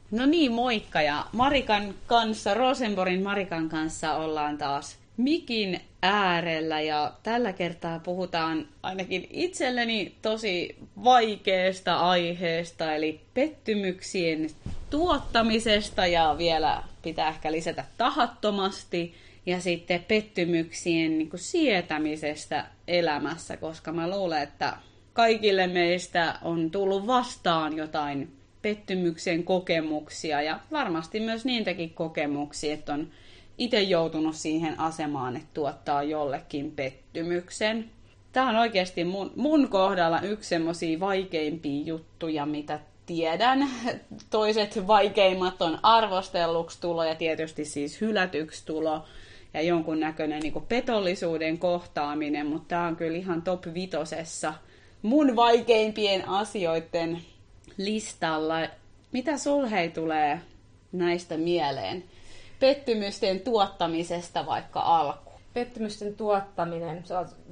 No niin, moikka, ja Marikan kanssa, Rosenborgin Marikan kanssa ollaan taas mikin äärellä, ja tällä kertaa puhutaan ainakin itselleni tosi vaikeasta aiheesta, eli pettymyksien tuottamisesta, ja vielä pitää ehkä lisätä tahattomasti, ja sitten pettymyksien sietämisestä elämässä, koska mä luulen, että kaikille meistä on tullut vastaan jotain pettymyksen kokemuksia ja varmasti myös niitäkin kokemuksia, että on itse joutunut siihen asemaan, että tuottaa jollekin pettymyksen. Tämä on oikeasti mun kohdalla yksi semmosia vaikeimpia juttuja, mitä tiedän. Toiset vaikeimmat on arvostelluksi tulo ja tietysti siis hylätyksi tulo ja jonkunnäköinen petollisuuden kohtaaminen, mutta tämä on kyllä ihan top 5 mun vaikeimpien asioiden listalla. Mitä sul hei tulee näistä mieleen? Pettymysten tuottamisesta vaikka alku. Pettymysten tuottaminen.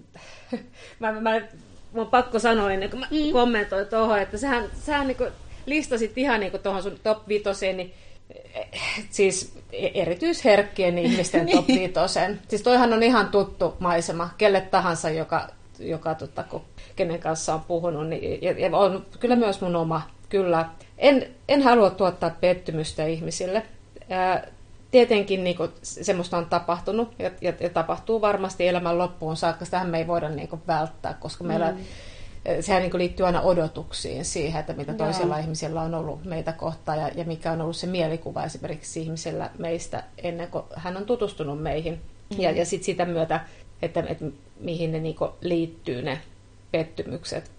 Mun on pakko sanoa ennen kuin mä kommentoin tuohon, että sähän niin listasit ihan niin tuohon sun top 5, niin siis erityisherkkien ihmisten top 5. Siis toihan on ihan tuttu maisema kelle tahansa, kenen kanssa on puhunut, niin, ja on kyllä myös mun oma. Kyllä. En halua tuottaa pettymystä ihmisille. Tietenkin niin kuin, semmoista on tapahtunut ja tapahtuu varmasti elämän loppuun saakka. Sitähän me ei voida niin kuin, välttää, koska meillä sehän niin kuin, liittyy aina odotuksiin siihen, että mitä toisella ihmisellä on ollut meitä kohtaan ja mikä on ollut se mielikuva esimerkiksi ihmisellä meistä ennen kuin hän on tutustunut meihin. Ja sitten sitä myötä, että mihin ne niin kuin, liittyy ne pettymykset.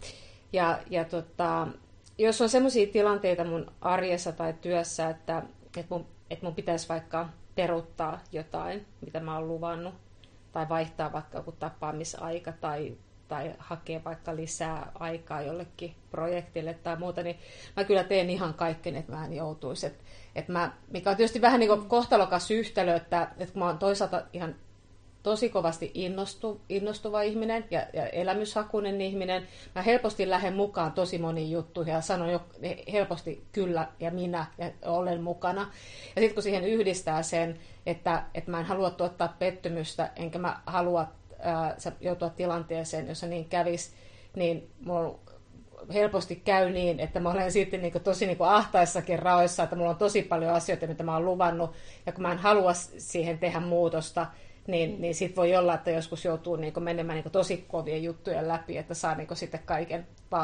Jos on sellaisia tilanteita mun arjessa tai työssä, että mun pitäisi vaikka peruuttaa jotain, mitä mä oon luvannut, tai vaihtaa vaikka joku tapaamisaika, tai hakea vaikka lisää aikaa jollekin projektille tai muuta, niin mä kyllä teen ihan kaikkeni, että mä en joutuisi. Mikä on tietysti vähän niin kuin kohtalokas yhtälö, että kun mä oon toisaalta ihan tosi kovasti innostuva ihminen ja elämyshakuinen ihminen. Mä helposti lähden mukaan tosi moniin juttuihin ja sanon jo helposti kyllä ja minä ja olen mukana. Ja sitten kun siihen yhdistää sen, että mä en halua tuottaa pettymystä, enkä mä halua joutua tilanteeseen, jossa niin kävisi, niin mulla helposti käy niin, että mä olen sitten tosi ahtaissakin raoissa, että mulla on tosi paljon asioita, mitä mä oon luvannut, ja kun mä en halua siihen tehdä muutosta, niin sit voi olla, että joskus joutuu menemään tosi kovien juttujen läpi, että saa sitten kaiken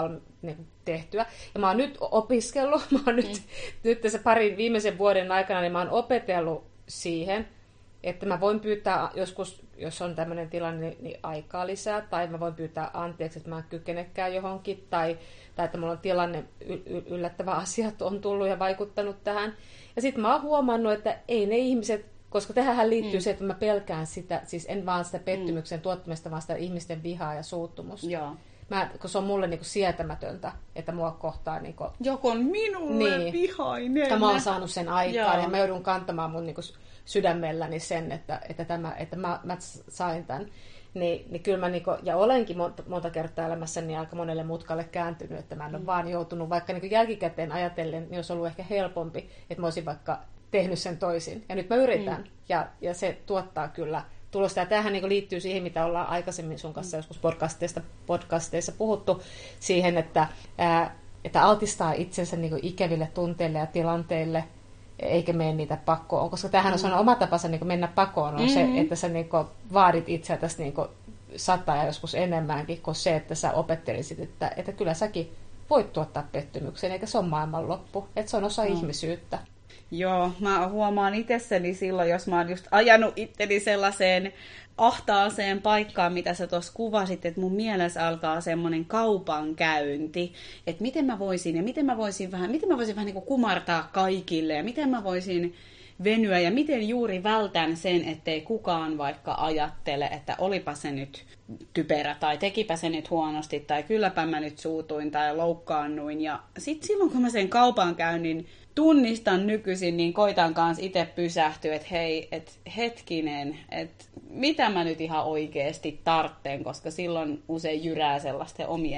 tehtyä. Ja mä oon nyt opiskellut, nyt tässä parin viimeisen vuoden aikana, niin mä oon opetellut siihen, että mä voin pyytää joskus, jos on tämmöinen tilanne, niin aikaa lisää, tai mä voin pyytää anteeksi, että mä en kykenekään johonkin, tai että mulla on tilanne, yllättävä asiat on tullut ja vaikuttanut tähän. Ja sitten mä oon huomannut, että ei ne ihmiset, koska tähän liittyy se, että mä pelkään sitä, siis en vaan sitä pettymyksen tuottamista, vaan sitä ihmisten vihaa ja suuttumusta. Joo. Kun se on mulle sietämätöntä, että mua kohtaa... Joku on minulle vihainen. Ja mä oon saanut sen aikaan ja mä joudun kantamaan mun sydämelläni sen, että mä sain tämän. Niin kyllä mä, ja olenkin monta kertaa elämässäni aika monelle mutkalle kääntynyt, että mä en ole vaan joutunut, vaikka jälkikäteen ajatellen, niin olisi ollut ehkä helpompi, että mä olisin vaikka tehnyt sen toisin. Ja nyt mä yritän. Ja se tuottaa kyllä tulosta. Ja tämähän liittyy siihen, mitä ollaan aikaisemmin sun kanssa joskus podcasteissa puhuttu, siihen, että altistaa itsensä ikäville tunteille ja tilanteille, eikä mene niitä pakoon. Koska tämähän on oma tapansa mennä pakoon, on se, että sä vaadit itseltäsi 100 ja joskus enemmänkin kuin se, että sä opettelisit, että kyllä säkin voit tuottaa pettymyksen, eikä se ole maailmanloppu. Että se on osa ihmisyyttä. Joo, mä huomaan itsessäni silloin, jos mä oon just ajanut itteni sellaiseen ahtaaseen paikkaan, mitä sä tuossa kuvasit, että mun mielessä alkaa semmoinen kaupankäynti, että miten mä voisin vähän niin kuin kumartaa kaikille, ja miten mä voisin venyä, ja miten juuri vältän sen, ettei kukaan vaikka ajattele, että olipa se nyt typerä, tai tekipä se nyt huonosti, tai kylläpä mä nyt suutuin, tai loukkaannuin, ja sitten silloin, kun mä sen kaupankäynnin tunnistan nykyisin, niin koitan kanssa itse pysähtyä, että hei, hetkinen, että mitä mä nyt ihan oikeasti tartten, koska silloin usein jyrää sellaisten omien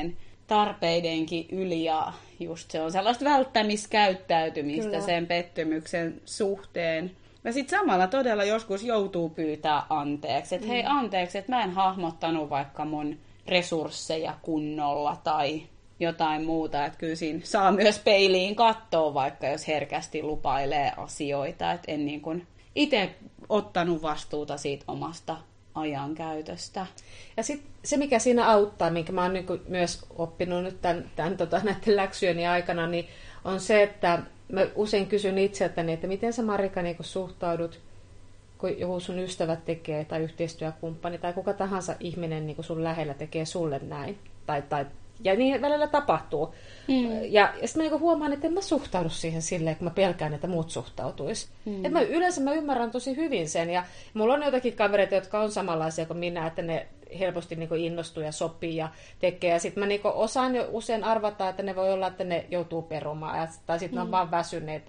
tarpeidenkin yli ja just se on sellaista välttämiskäyttäytymistä Kyllä. sen pettymyksen suhteen. Ja sitten samalla todella joskus joutuu pyytää anteeksi, että hei anteeksi, että mä en hahmottanut vaikka mun resursseja kunnolla tai jotain muuta, että kyllä siinä saa myös peiliin katsoa, vaikka jos herkästi lupailee asioita, että en niin kuin itse ottanut vastuuta siitä omasta ajankäytöstä. Ja sitten se, mikä siinä auttaa, minkä mä oon niin myös oppinut nyt näiden läksyjeni aikana, niin on se, että mä usein kysyn itseltäni, että miten sä Marika niin suhtaudut, kun joku sun ystävät tekee tai yhteistyökumppani tai kuka tahansa ihminen niin sun lähellä tekee sulle näin. Ja niin välillä tapahtuu. Ja sitten mä huomaan, että en mä suhtaudu siihen silleen, kun mä pelkään, että muut suhtautuisi. Yleensä mä ymmärrän tosi hyvin sen. Ja mulla on joitakin kavereita, jotka on samanlaisia kuin minä, että ne helposti innostuu ja sopii ja tekee. Ja sitten mä osaan jo usein arvata, että ne voi olla, että ne joutuu perumaan. Tai sitten ne on vaan väsyneitä.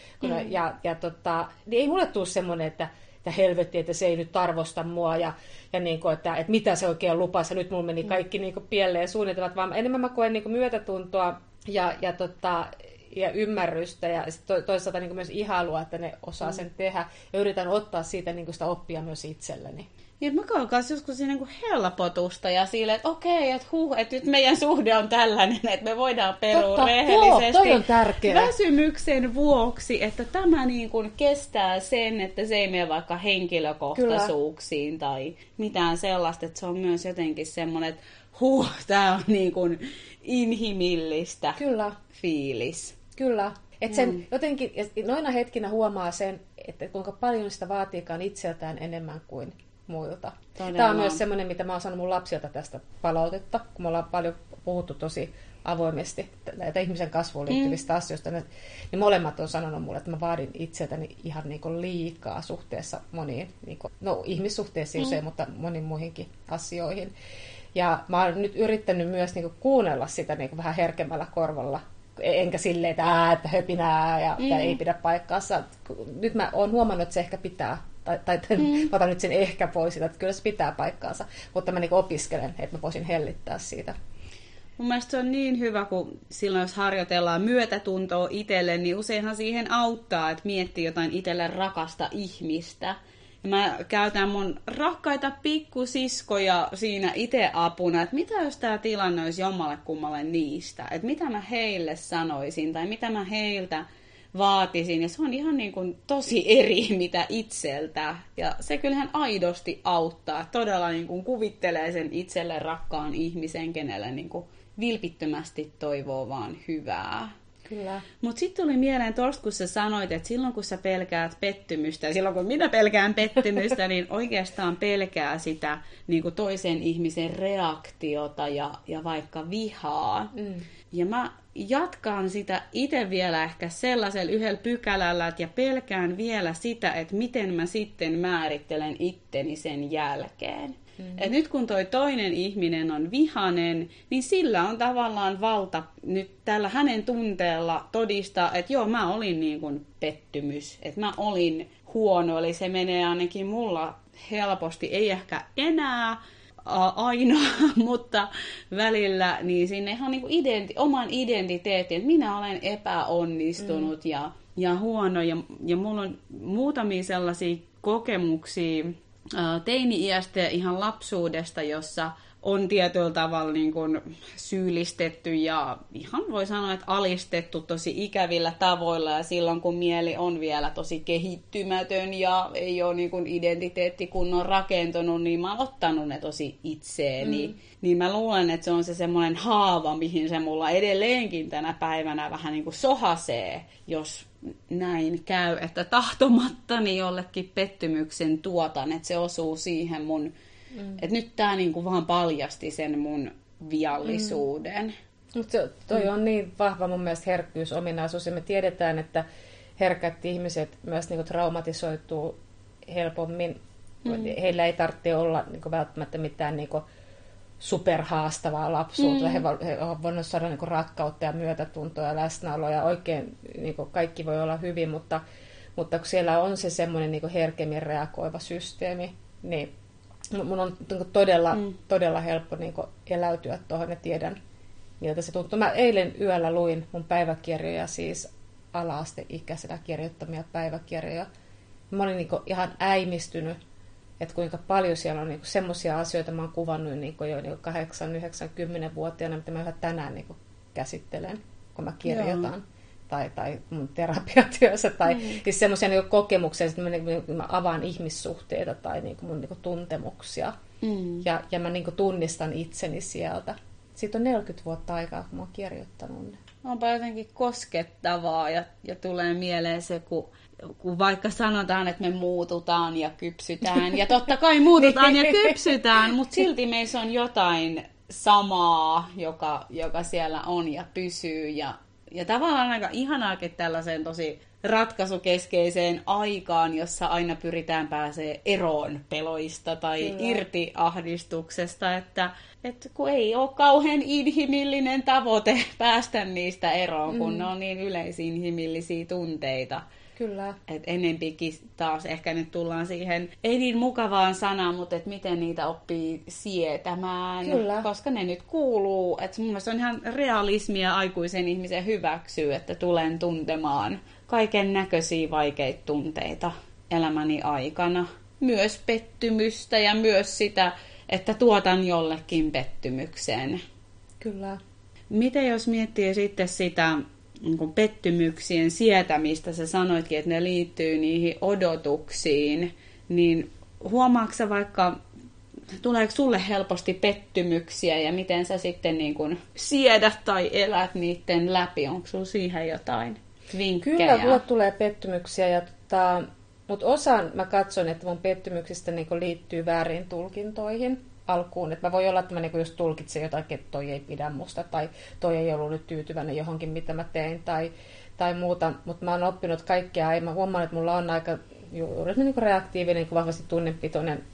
Niin ei mulle tule semmoinen, että helvetti, että se ei nyt arvosta mua ja että mitä se oikein lupasi ja nyt mulla meni kaikki pieleen suunnitelmat, vaan enemmän mä koen myötätuntoa ja ymmärrystä ja toisaalta myös ihailua, että ne osaa sen tehdä ja yritän ottaa siitä sitä oppia myös itselleni. Niin, mä koen kanssa joskus siinä helpotusta ja sille, että okei, että nyt meidän suhde on tällainen, että me voidaan perua rehellisesti. Toi on tärkeää. Väsymyksen vuoksi, että tämä niin kuin kestää sen, että se ei mene vaikka henkilökohtaisuuksiin Kyllä. tai mitään sellaista, että se on myös jotenkin semmoinen, että tää on niin kuin inhimillistä Kyllä. fiilis. Kyllä. Että sen jotenkin, noina hetkinä huomaa sen, että kuinka paljon sitä vaatiikaan itseltään enemmän kuin muilta. Todella. Tämä on myös semmoinen, mitä mä oon saanut mun lapsilta tästä palautetta, kun me ollaan paljon puhuttu tosi avoimesti näitä ihmisen kasvuun liittyvistä asioista, niin molemmat on sanonut mulle, että mä vaadin itseltäni ihan liikaa suhteessa moniin, ihmissuhteessa usein, mutta moniin muihinkin asioihin. Ja mä oon nyt yrittänyt myös kuunnella sitä vähän herkemmällä korvalla, enkä silleen, että höpinää ja ei pidä paikkaansa. Nyt mä oon huomannut, että se ehkä pitää. Tai mä otan nyt sen ehkä pois, että kyllä se pitää paikkaansa, mutta mä opiskelen, että mä voisin hellittää siitä. Mun mielestä se on niin hyvä, kun silloin jos harjoitellaan myötätuntoa itselle, niin useinhan siihen auttaa, että miettii jotain itselle rakasta ihmistä. Ja mä käytän mun rakkaita pikkusiskoja siinä itse apuna, että mitä jos tää tilanne olisi jommalle kummalle niistä, että mitä mä heille sanoisin tai mitä mä heiltä vaatisin, ja se on ihan tosi eri mitä itseltä. Ja se kyllähän aidosti auttaa. Todella kuvittelee sen itselle rakkaan ihmisen, kenelle vilpittömästi toivoo vaan hyvää. Kyllä. Mutta sitten tuli mieleen tuosta, kun sä sanoit, että silloin kun sä pelkäät pettymystä, ja silloin kun minä pelkään pettymystä, niin oikeastaan pelkää sitä toisen ihmisen reaktiota ja vaikka vihaa. Ja mä jatkan sitä itse vielä ehkä sellaisella yhdellä pykälällä, että ja pelkään vielä sitä, että miten mä sitten määrittelen itteni sen jälkeen. Et nyt kun toi toinen ihminen on vihanen, niin sillä on tavallaan valta nyt tällä hänen tunteella todistaa, että joo, mä olin pettymys, että mä olin huono, eli se menee ainakin mulla helposti, ei ehkä enää aina, mutta välillä niin sinne ihan oman identiteetin, että minä olen epäonnistunut ja huono, ja mulla on muutamia sellaisia kokemuksia teini-iästä ja ihan lapsuudesta, jossa on tietyllä tavalla syyllistetty ja ihan voi sanoa, että alistettu tosi ikävillä tavoilla, ja silloin kun mieli on vielä tosi kehittymätön ja ei ole identiteetti kunnon rakentunut, niin mä oon ottanut ne tosi itseeni. Niin mä luulen, että se on se semmoinen haava, mihin se mulla edelleenkin tänä päivänä vähän sohasee, jos näin käy, että tahtomattani jollekin pettymyksen tuotan, että se osuu siihen mun, että nyt tää vaan paljasti sen mun viallisuuden. Mutta toi on niin vahva mun mielestä herkkyysominaisuus, ja me tiedetään, että herkät ihmiset myös traumatisoituu helpommin. Heillä ei tarvitse olla välttämättä mitään superhaastavaa lapsuutta. He voivat saada rakkautta ja myötätuntoa ja läsnäoloa, ja oikein kaikki voi olla hyvin, mutta kun siellä on se semmoinen herkemmin reagoiva systeemi, niin mun on todella helppo eläytyä tuohon, ja tiedän, miltä se tuntuu. Mä eilen yöllä luin mun päiväkirjoja, siis ala-asteikäisenä kirjoittamia päiväkirjoja. Mä olin niinku ihan äimistynyt, että kuinka paljon siellä on niinku semmoisia asioita, mä oon kuvannut niinku jo niinku 8, 9, 10-vuotiaana, mitä mä yhä tänään niinku käsittelen, kun mä kirjoitan. Tai mun terapiatyössä, tai siis semmoisia niinku kokemuksia, että mä avaan ihmissuhteita tai niinku mun niinku tuntemuksia. Ja mä niinku tunnistan itseni sieltä. Siitä on 40 vuotta aikaa, kun mä oon kirjoittanut ne. Onpa jotenkin koskettavaa ja tulee mieleen se, kun vaikka sanotaan, että me muututaan ja kypsytään, ja totta kai muututaan ja kypsytään, mutta silti meissä on jotain samaa, joka siellä on ja pysyy. Ja tavallaan aika ihanaakin tällaiseen tosi ratkaisukeskeiseen aikaan, jossa aina pyritään pääsemään eroon peloista tai irti ahdistuksesta, että kun ei ole kauhean inhimillinen tavoite päästä niistä eroon, kun ne on niin yleisinhimillisiä tunteita. Kyllä. Et enempikin taas ehkä nyt tullaan siihen, ei niin mukavaan sanaan, mutta että miten niitä oppii sietämään. Kyllä. Koska ne nyt kuuluu. Että mun mielestä on ihan realismia aikuisen ihmisen hyväksyä, että tulen tuntemaan kaiken näköisiä vaikeita tunteita elämäni aikana. Myös pettymystä ja myös sitä, että tuotan jollekin pettymyksen. Kyllä. Miten jos miettii sitten sitä niin pettymyksien sietämistä, sä sanoitkin, että ne liittyy niihin odotuksiin, niin huomaatko sä vaikka, tuleeko sulle helposti pettymyksiä ja miten sä sitten niin kuin siedät tai elät niiden läpi? Onko sulla siihen jotain vinkkejä? Kyllä, mulle tulee pettymyksiä, mutta osan mä katson, että mun pettymyksistä niin kuin liittyy väärin tulkintoihin alkuun. Että mä voi olla, että mä niin just tulkitsen jotain, että toi ei pidä musta tai toi ei ollut nyt tyytyväinen johonkin, mitä mä tein tai muuta. Mutta mä oon oppinut kaikkea. Mä huomaan, että mulla on aika juuri niin kuin reaktiivinen, niin kuin vahvasti tunnepitoinen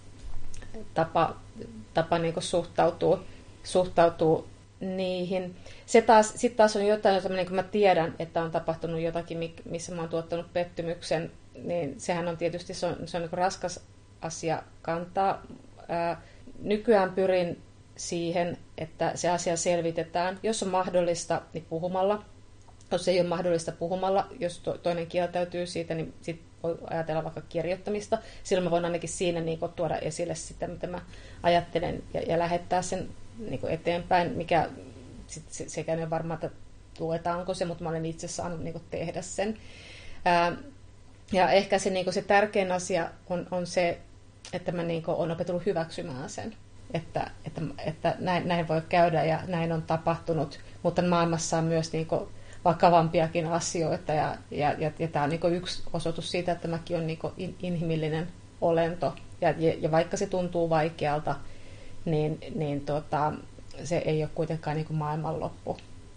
tapa niin kuin suhtautuu niihin. Sitten taas on jotain, jota niin mä tiedän, että on tapahtunut jotakin, missä mä oon tuottanut pettymyksen, niin sehän on tietysti se on niin kuin raskas asia kantaa. Nykyään pyrin siihen, että se asia selvitetään. Jos on mahdollista, niin puhumalla. Jos ei ole mahdollista puhumalla, jos toinen kieltäytyy siitä, niin sit voi ajatella vaikka kirjoittamista. Silloin mä voin ainakin siinä niin kuin tuoda esille sitä, mitä mä ajattelen ja lähettää sen niin kuin eteenpäin, mikä sekään ei varmaan, että luetaanko se, mutta mä olen itse saanut niin kuin tehdä sen. Ja ehkä se, niin kuin se tärkein asia on se, että mä niin kuin olen opetellut hyväksymään sen, että näin voi käydä ja näin on tapahtunut, mutta maailmassa on myös niin kuin vakavampiakin asioita ja tämä on niin kuin yksi osoitus siitä, että mäkin olen niin kuin inhimillinen olento ja vaikka se tuntuu vaikealta, niin se ei ole kuitenkaan niin kuin maailmanloppu.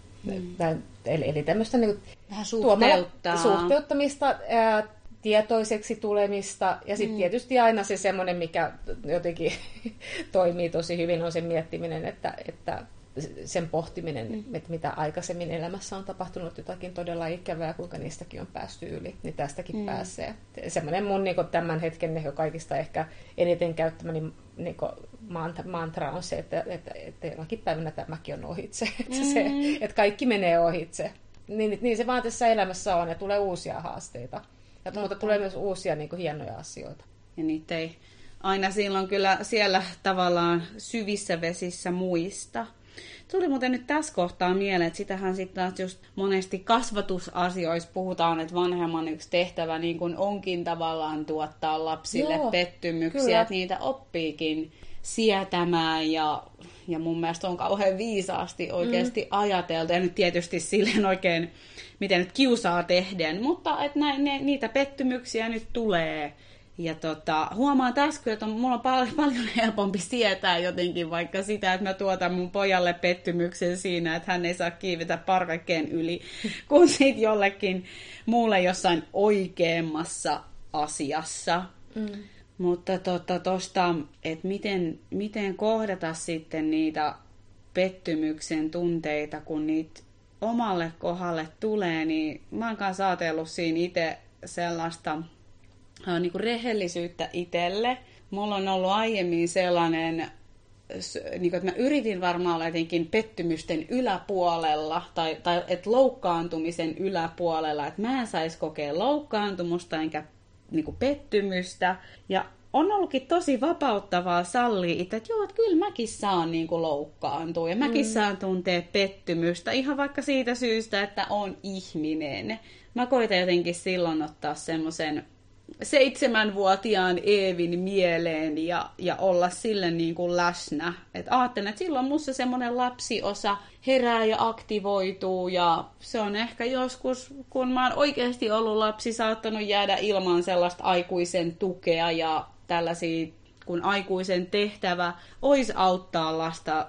Eli tämmöistä niin vähän suhteuttamista, tietoiseksi tulemista ja sitten tietysti aina se semmoinen, mikä jotenkin toimii tosi hyvin, on se miettiminen, että sen pohtiminen, että mitä aikaisemmin elämässä on tapahtunut jotakin todella ikävää, kuinka niistäkin on päästy yli, niin tästäkin pääsee. Semmoinen mun niin tämän hetken jo kaikista ehkä eniten käyttämäni niin mantra on se, että jonakin päivänä tämäkin on ohitse. Että kaikki menee ohitse. Niin se vaan tässä elämässä on ja tulee uusia haasteita. Mutta tulee myös uusia niin kuin hienoja asioita. Ja niitä ei aina silloin kyllä siellä tavallaan syvissä vesissä muista. Tuli muuten nyt tässä kohtaa mieleen, että sitähän sitten just monesti kasvatusasioissa puhutaan, että vanhemman yksi tehtävä niin kuin onkin tavallaan tuottaa lapsille pettymyksiä, kyllä. Että niitä oppiikin sietämään ja mun mielestä on kauhean viisaasti oikeasti ajateltu. Ja nyt tietysti silleen oikein, miten nyt kiusaa tehden, mutta että niitä pettymyksiä nyt tulee. Ja huomaan tässä, että mulla on paljon helpompi sietää jotenkin vaikka sitä, että mä tuotan mun pojalle pettymyksen siinä, että hän ei saa kiivetä parvekkeen yli, kun sit jollekin muulle jossain oikeammassa asiassa. Mutta tosta, että miten kohdata sitten niitä pettymyksen tunteita, kun niitä omalle kohdalle tulee, niin mä oon kanssa ajatellut siinä itse sellaista niin kuin rehellisyyttä itselle. Mulla on ollut aiemmin sellainen niin että mä yritin varmaan olla jotenkin pettymysten yläpuolella tai että loukkaantumisen yläpuolella, että mä en saisi kokea loukkaantumusta enkä niin kuin pettymystä. Ja on ollutkin tosi vapauttavaa sallia itse, että joo, että kyllä mäkin saan niin kuin loukkaantua ja mäkin saan tuntea pettymystä ihan vaikka siitä syystä, että on ihminen. Mä koitan jotenkin silloin ottaa semmoisen 7-vuotiaan Eevin mieleen ja olla sille niin kuin läsnä. Että ajattelen, että silloin musta semmoinen lapsiosa herää ja aktivoituu ja se on ehkä joskus, kun mä oon oikeasti ollut lapsi, saattanut jäädä ilman sellaista aikuisen tukea ja tällaisia, kun aikuisen tehtävä olisi auttaa lasta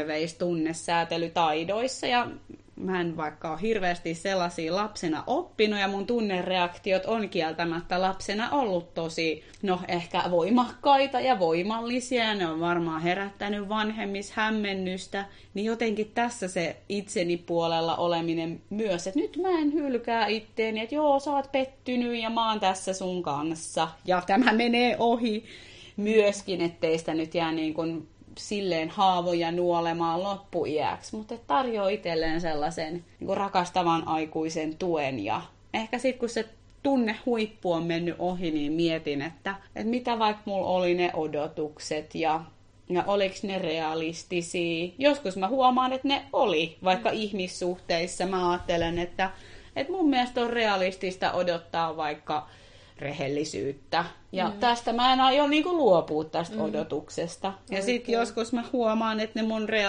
terveystunnesäätelytaidoissa ja mä en vaikka ole hirveästi sellaisia lapsena oppinut ja mun tunnereaktiot on kieltämättä lapsena ollut tosi, ehkä voimakkaita ja voimallisia ja ne on varmaan herättänyt vanhemmissa hämmennystä, niin jotenkin tässä se itseni puolella oleminen myös, että nyt mä en hylkää itteeni, että joo, sä oot pettynyt ja mä oon tässä sun kanssa ja tämä menee ohi myöskin, ettei sitä nyt jää niin kuin silleen haavoja nuolemaan loppuiäksi, mutta tarjoaa itselleen sellaisen niin kuin rakastavan aikuisen tuen. Ja ehkä sitten kun se tunnehuippu on mennyt ohi, niin mietin, että mitä vaikka mulla oli ne odotukset ja oliko ne realistisia. Joskus mä huomaan, että ne oli, vaikka ihmissuhteissa mä ajattelen, että mun mielestä on realistista odottaa vaikka rehellisyyttä. Ja tästä mä en aio niinku luopua tästä odotuksesta. Ja sitten joskus mä huomaan, että ne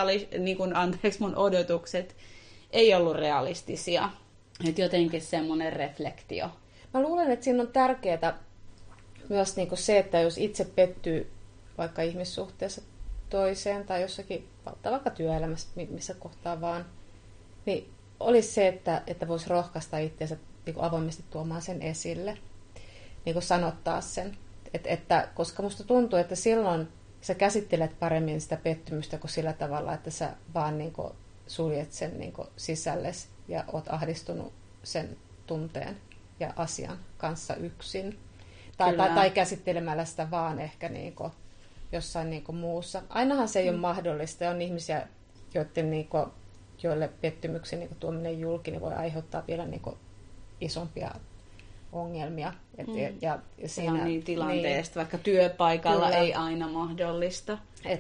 mun odotukset ei ollut realistisia. Että jotenkin semmoinen reflektio. Mä luulen, että siinä on tärkeää myös niinku se, että jos itse pettyy vaikka ihmissuhteessa toiseen tai jossakin, vaikka työelämässä, missä kohtaa vaan, niin olisi se, että voisi rohkaista itseänsä niinku avoimesti tuomaan sen esille. Niin kuin sanottaa sen. Koska musta tuntuu, että silloin sä käsittelet paremmin sitä pettymystä kuin sillä tavalla, että sä vaan niin kuin suljet sen niin kuin sisällesi ja oot ahdistunut sen tunteen ja asian kanssa yksin. Tai käsittelemällä sitä vaan ehkä niin kuin jossain niin kuin muussa. Ainahan se ei ole mahdollista. On ihmisiä, joille pettymyksen niin kuin tuominen julki niin voi aiheuttaa vielä niin kuin isompia ongelmia. Ja siinä on niin tilanteesta, vaikka työpaikalla kyllä, ei aina mahdollista.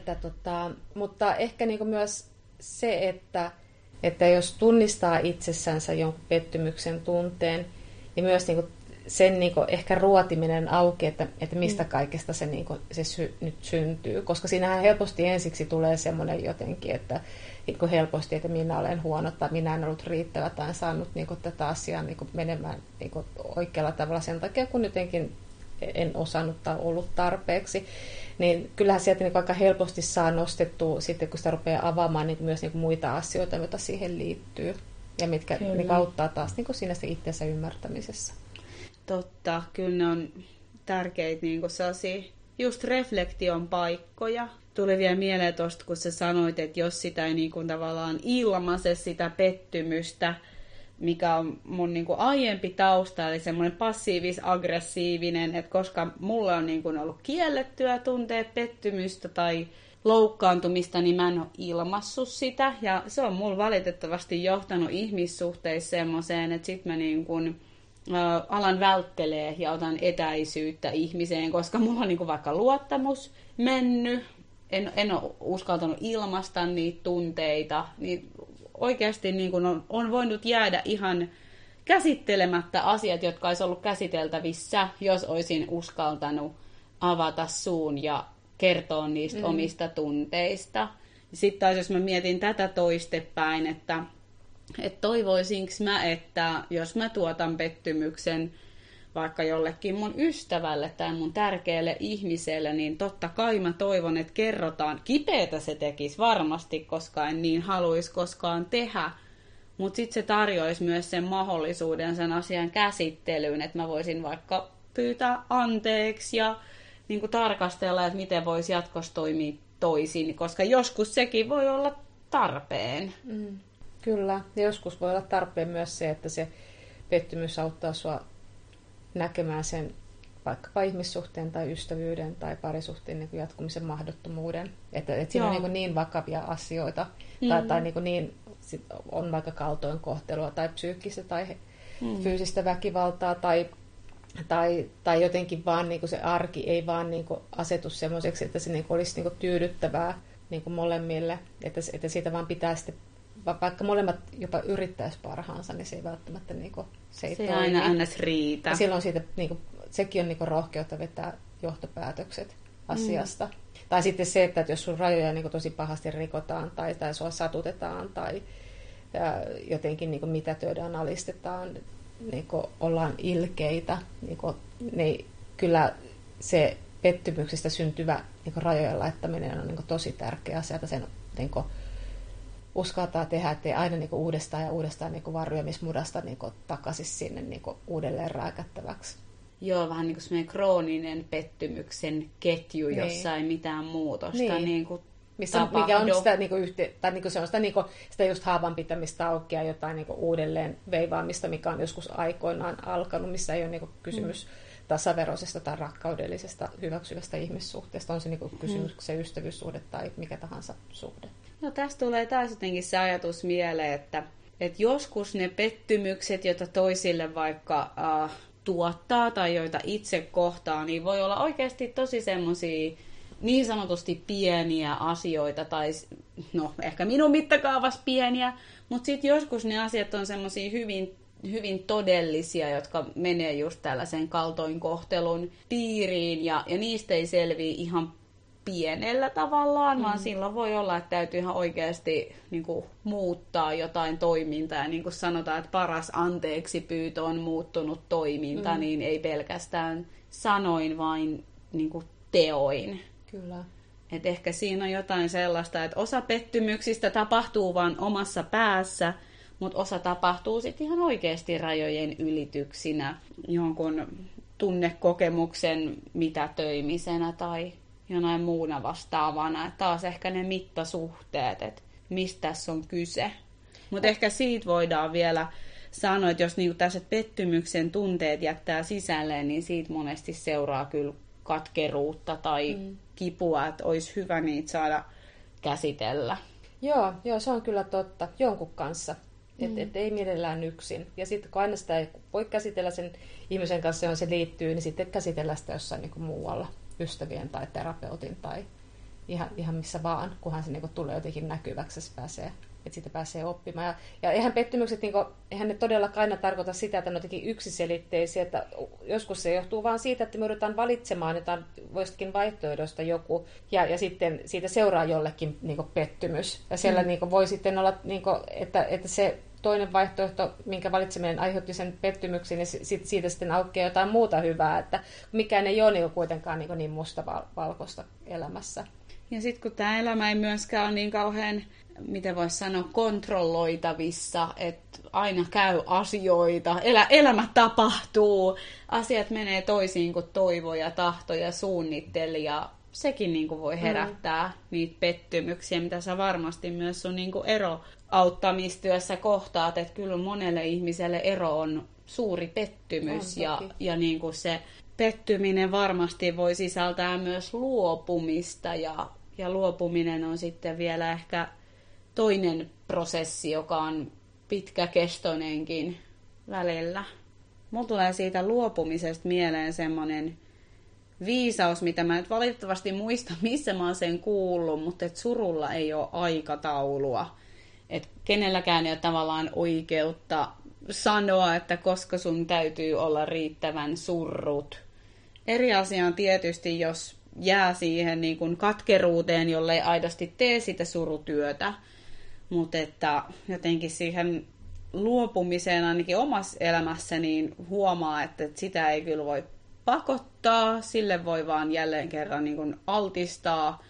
Mutta ehkä niinku myös se, että jos tunnistaa itsessänsä jonkun pettymyksen tunteen, niin myös niinku sen niinku ehkä ruotiminen auki, että mistä kaikesta se, niinku, nyt syntyy. Koska siinähän helposti ensiksi tulee semmoinen jotenkin, että helposti, että minä olen huono tai minä en ollut riittävä tai en saanut niinku tätä asiaa niinku menemään niinku oikealla tavalla sen takia, kun jotenkin en osannut tai ollut tarpeeksi. Niin kyllähän sieltä niinku aika helposti saa nostettua sitten, kun sitä rupeaa avaamaan niin myös niinku muita asioita, joita siihen liittyy ja mitkä niinku auttaa taas niinku siinä se itsensä ymmärtämisessä. Totta, kyllä ne on tärkeitä niinku sellaisia just reflektion paikkoja. Tuli vielä mieleen tuosta, kun sä sanoit, että jos sitä ei niinku tavallaan ilmaise sitä pettymystä, mikä on mun niinku aiempi tausta, eli semmoinen passiivis-aggressiivinen, että koska mulla on niinku ollut kiellettyä tuntea pettymystä tai loukkaantumista, niin mä en ole ilmaissut sitä. Ja se on mulla valitettavasti johtanut ihmissuhteissa semmoiseen, että sit mä niinku alan välttelee ja otan etäisyyttä ihmiseen, koska mulla on niinku vaikka luottamus mennyt, en ole uskaltanut ilmaista niitä tunteita, niin oikeasti niin kuin on voinut jäädä ihan käsittelemättä asiat, jotka olisi ollut käsiteltävissä, jos olisin uskaltanut avata suun ja kertoa niistä omista tunteista. Sitten taas jos mä mietin tätä toistepäin, että toivoisinko mä, että jos mä tuotan pettymyksen vaikka jollekin mun ystävälle tai mun tärkeälle ihmiselle, niin totta kai mä toivon, että kerrotaan. Kipeätä se tekisi varmasti, koska en niin haluaisi koskaan tehdä. Mutta sitten se tarjoaisi myös sen mahdollisuuden sen asian käsittelyyn, että mä voisin vaikka pyytää anteeksi ja niin kuin tarkastella, että miten voisi jatkossa toimia toisin, koska joskus sekin voi olla tarpeen. Kyllä, ja joskus voi olla tarpeen myös se, että se pettymys auttaa sua näkemään sen vaikkapa ihmissuhteen tai ystävyyden tai parisuhteen niin kuin jatkumisen mahdottomuuden. Että siinä on niin vakavia asioita tai niin on vaikka kaltoinkohtelua tai psyykkistä tai fyysistä väkivaltaa tai jotenkin vaan niin kuin se arki ei vaan niin kuin asetu semmoiseksi, että se niin kuin olisi niin kuin tyydyttävää niin kuin molemmille, että siitä vaan pitää sitten, vaikka molemmat jopa yrittäisi parhaansa, niin se ei välttämättä niin kuin, se ei aina riitä. Ja silloin siitä, niin kuin, sekin on niin kuin rohkeutta vetää johtopäätökset asiasta. Tai sitten se, että jos sun rajoja niin kuin tosi pahasti rikotaan tai sua satutetaan tai jotenkin niin kuin mitätöidään, alistetaan, niin kuin ollaan ilkeitä, niin kyllä se pettymyksestä syntyvä niin kuin rajojen laittaminen on niin kuin tosi tärkeä asia, että sen niin kuin uskaltaa tehdä, ettei aina niin kuin uudestaan ja uudestaan niin kuin vaan ryömismudasta niin kuin takaisin sinne niin kuin uudelleen rääkättäväksi. Joo, vähän niin kuin semmoinen krooninen pettymyksen ketju, jossa ei mitään muutosta niin kuin mikä on sitä niinku tai niinku semmoista niinku sitä just haavan pitämistä auki ja jotain niinku uudelleen veivaamista, mikä on joskus aikoinaan alkanut, missä ei ole niinku kysymys tasaveroisesta tai rakkaudellisesta hyväksyvästä ihmissuhteesta, on se niinku kysymys se ystävyyssuhde tai mikä tahansa suhde. No tästä tulee taas jotenkin se ajatus mieleen, että joskus ne pettymykset, joita toisille vaikka tuottaa tai joita itse kohtaa, niin voi olla oikeasti tosi semmoisia niin sanotusti pieniä asioita, tai no ehkä minun mittakaavassa pieniä, mutta sitten joskus ne asiat on semmoisia hyvin, hyvin todellisia, jotka menee just tällaisen kaltoinkohtelun piiriin, ja niistä ei selviä ihan pienellä tavallaan, vaan silloin voi olla, että täytyy ihan oikeasti niin kuin, muuttaa jotain toimintaa, ja niin kuin sanotaan, että paras anteeksi pyytö on muuttunut toiminta, niin ei pelkästään sanoin, vain niin kuin teoin. Kyllä. Et ehkä siinä on jotain sellaista, että osa pettymyksistä tapahtuu vaan omassa päässä, mutta osa tapahtuu sitten ihan oikeasti rajojen ylityksinä, jonkun tunnekokemuksen mitätöimisenä tai jonain muuna vastaavana. Et taas ehkä ne mittasuhteet, että mistä tässä on kyse. Mutta ehkä siitä voidaan vielä sanoa, että jos niinku tällaiset pettymyksen tunteet jättää sisälleen, niin siitä monesti seuraa kyllä katkeruutta tai kipua, että olisi hyvä niitä saada käsitellä. Joo, se on kyllä totta. Jonkun kanssa. Että ei mielellään yksin. Ja sitten kun aina sitä ei voi käsitellä sen ihmisen kanssa, johon se liittyy, niin sitten käsitellä sitä jossain niin kuin muualla. Ystävien tai terapeutin tai ihan missä vaan, kunhan se niin kuin tulee jotenkin näkyväksi, se pääsee, että siitä pääsee oppimaan. Ja eihän pettymykset, niin kuin, eihän ne todellakaan aina tarkoita sitä, että ne on jotenkin yksiselitteisiä, että joskus se johtuu vaan siitä, että me joudutaan valitsemaan jotain voisikin vaihtoehdosta joku, ja sitten siitä seuraa jollekin niin kuin pettymys. Ja siellä niin kuin voi sitten olla, niin kuin, että se toinen vaihtoehto, minkä valitseminen aiheutti sen pettymyksen, niin siitä sitten aukeaa jotain muuta hyvää, että mikään ei ole niin kuitenkaan niin mustavalkoista elämässä. Ja sitten kun tämä elämä ei myöskään ole niin kauhean, miten voisi sanoa, kontrolloitavissa, että aina käy asioita, elämä tapahtuu, asiat menee toisiin kuin toivo ja tahto ja suunnitteli, ja sekin niin kuin voi herättää niitä pettymyksiä, mitä sä varmasti myös sun niin kuin eroauttamistyössä kohtaat, että kyllä monelle ihmiselle ero on suuri pettymys, ja niin kuin se pettyminen varmasti voi sisältää myös luopumista, ja luopuminen on sitten vielä ehkä toinen prosessi, joka on pitkäkestoinenkin välillä. Mulla tulee siitä luopumisesta mieleen semmoinen viisaus, mitä mä nyt valitettavasti muista, missä mä oon sen kuullut, mutta et surulla ei ole aikataulua. Et kenelläkään ei ole tavallaan oikeutta sanoa, että koska sun täytyy olla riittävän surrut. Eri asia on tietysti, jos jää siihen niin kuin katkeruuteen, jollei aidosti tee sitä surutyötä, mutta että jotenkin siihen luopumiseen ainakin omassa elämässä niin huomaa, että sitä ei kyllä voi pakottaa, sille voi vaan jälleen kerran niin kuin altistaa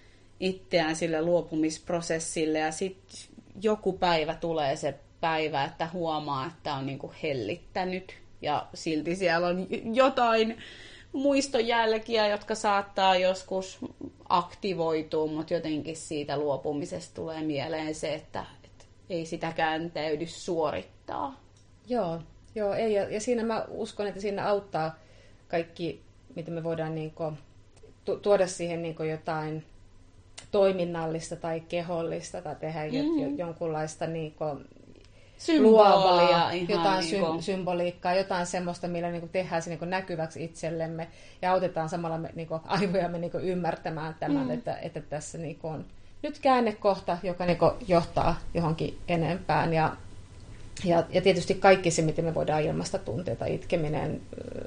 itseään sille luopumisprosessille, ja sitten joku päivä tulee se päivä, että huomaa, että on niin kuin hellittänyt, ja silti siellä on jotain muistojälkiä, jotka saattaa joskus aktivoitua, mutta jotenkin siitä luopumisesta tulee mieleen se, että ei sitäkään täydy suorittaa. Joo, ei, ja siinä mä uskon, että siinä kaikki, mitä me voidaan niin kuin tuoda siihen niin kuin jotain toiminnallista tai kehollista tai tehdä jonkunlaista niin kuin luovaa, jotain symboliikkaa, jotain semmoista, millä niin kuin tehdään se niin kuin näkyväksi itsellemme ja autetaan samalla niin kuin aivojamme niin kuin ymmärtämään tämän, että tässä niin kuin on nyt käännekohta, joka niin kuin johtaa johonkin enempään. Ja tietysti kaikki se, miten me voidaan ilmaista tunteita, itkeminen,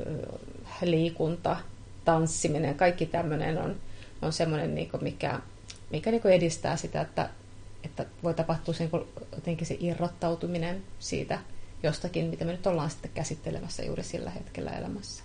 liikunta, tanssiminen, kaikki tämmöinen on semmoinen, niin kuin mikä niin kuin edistää sitä, että voi tapahtua se, niin jotenkin se irrottautuminen siitä jostakin, mitä me nyt ollaan sitten käsittelemässä juuri sillä hetkellä elämässä.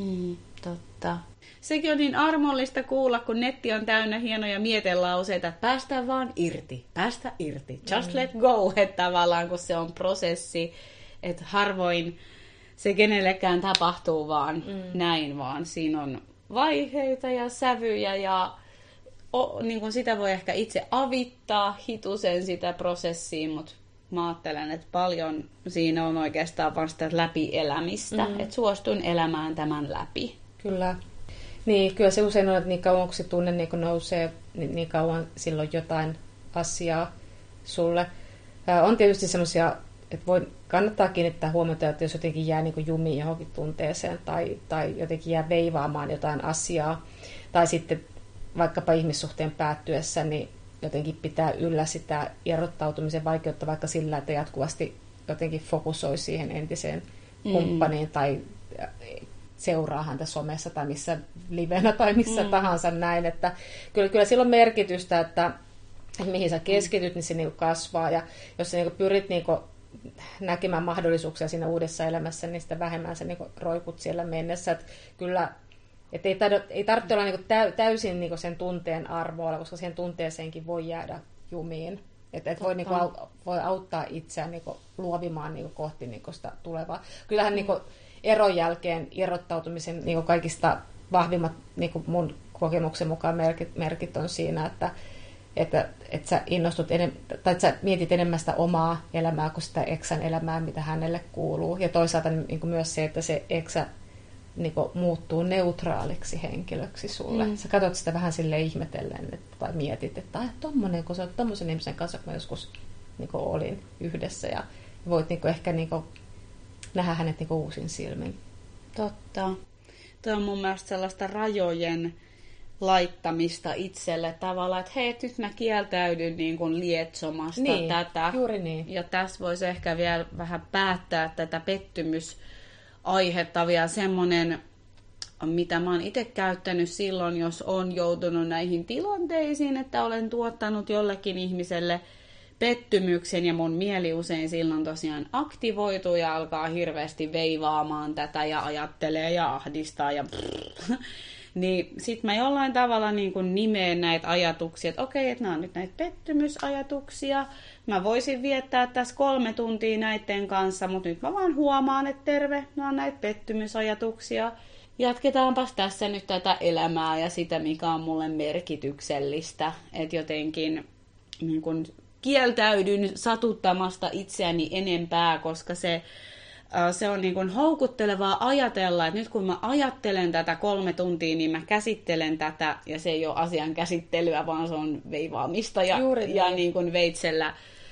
Totta. Sekin on niin armollista kuulla, kun netti on täynnä hienoja mietelauseita, että päästä vaan irti, päästä irti, just let go, että tavallaan kun se on prosessi, että harvoin se kenellekään tapahtuu vaan näin, vaan siinä on vaiheita ja sävyjä ja niin kuin sitä voi ehkä itse avittaa hitusen sitä prosessiin, mutta mä ajattelen, että paljon siinä on oikeastaan vaan sitä läpielämistä, että suostun elämään tämän läpi. Kyllä. Niin, kyllä se usein on, että niin kauan kun se tunne niin kun nousee, niin kauan silloin jotain asiaa sulle. On tietysti semmoisia, että kannattaa kiinnittää huomiota, että jos jotenkin jää niin kuin jumiin johonkin tunteeseen tai jotenkin jää veivaamaan jotain asiaa, tai sitten vaikkapa ihmissuhteen päättyessä, niin jotenkin pitää yllä sitä irrottautumisen vaikeutta vaikka sillä, että jatkuvasti jotenkin fokusoi siihen entiseen kumppaniin tai seuraa häntä somessa tai missä livenä tai missä tahansa näin. Että kyllä sillä on merkitystä, että mihin sä keskityt, niin se niinku kasvaa. Ja jos sä niinku pyrit niinku näkemään mahdollisuuksia siinä uudessa elämässä, niin sitä vähemmän sä niinku roikut siellä mennessä. Että kyllä, ei tarvitse olla niinku täysin niinku sen tunteen arvoilla, koska siihen tunteeseenkin voi jäädä jumiin. Että voi auttaa itseään niinku luovimaan niinku kohti niinku sitä tulevaa. Kyllähän niinku eron jälkeen irrottautumisen niinku kaikista vahvimmat niinku mun kokemuksen mukaan merkit on siinä, että sä innostut tai että sä mietit enemmän sitä omaa elämää kuin sitä eksän elämää, mitä hänelle kuuluu. Ja toisaalta niin kuin myös se, että se eksä niin kuin muuttuu neutraaliksi henkilöksi sulle. Sä katsot sitä vähän silleen ihmetellen tai mietit, että tommonen, kun sä oot tommosen ihmisen kanssa, kun mä joskus niin kuin olin yhdessä. Ja voit niin kuin ehkä niin kuin nähdä hänet niin kuin uusin silmin. Totta. Tuo on mun mielestä sellaista rajojen laittamista itselle tavallaan, että hei, nyt mä kieltäydyn niin kuin lietsomasta tätä. Juuri niin. Ja tässä voisi ehkä vielä vähän päättää tätä pettymysaihetta vielä semmoinen, mitä mä oon itse käyttänyt silloin, jos on joutunut näihin tilanteisiin, että olen tuottanut jollekin ihmiselle pettymyksen ja mun mieli usein silloin tosiaan aktivoituu ja alkaa hirveästi veivaamaan tätä ja ajattelee ja ahdistaa ja niin sit mä jollain tavalla niin kuin nimeen näitä ajatuksia, että okei, että nämä on nyt näitä pettymysajatuksia. Mä voisin viettää tässä 3 tuntia näiden kanssa, mutta nyt mä vaan huomaan, että terve, nämä on näitä pettymysajatuksia. Jatketaanpas tässä nyt tätä elämää ja sitä, mikä on mulle merkityksellistä. Että jotenkin niin kuin kieltäydyn satuttamasta itseäni enempää, koska se on niin kuin houkuttelevaa ajatella, että nyt kun mä ajattelen tätä 3 tuntia, niin mä käsittelen tätä, ja se ei ole asian käsittelyä, vaan se on veivaamista ja niin kuin veitsellä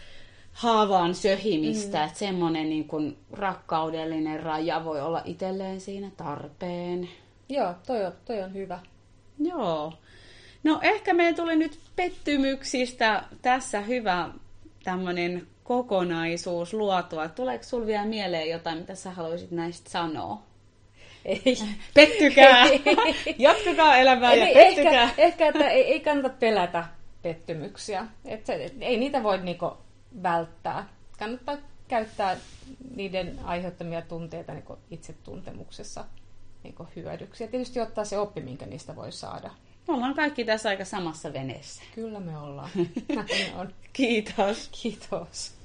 haavaan söhimistä. Että semmoinen niin kuin rakkaudellinen raja voi olla itselleen siinä tarpeen. Joo, toi on hyvä. Joo. No ehkä meillä tuli nyt pettymyksistä tässä hyvä tämmöinen kokonaisuus luotua. Tuleeko sinulla vielä mieleen jotain, mitä sä haluaisit näistä sanoa? Ei. Pettykää! Jatkakaa elämää ja pettykää! Ehkä että ei kannata pelätä pettymyksiä. Ei niitä voi niinku välttää. Kannattaa käyttää niiden aiheuttamia tunteita niinku itsetuntemuksessa niinku hyödyksi. Ja tietysti ottaa se oppi, minkä niistä voi saada. Me ollaan kaikki tässä aika samassa veneessä. Kyllä me ollaan. Näin on. Kiitos. Kiitos.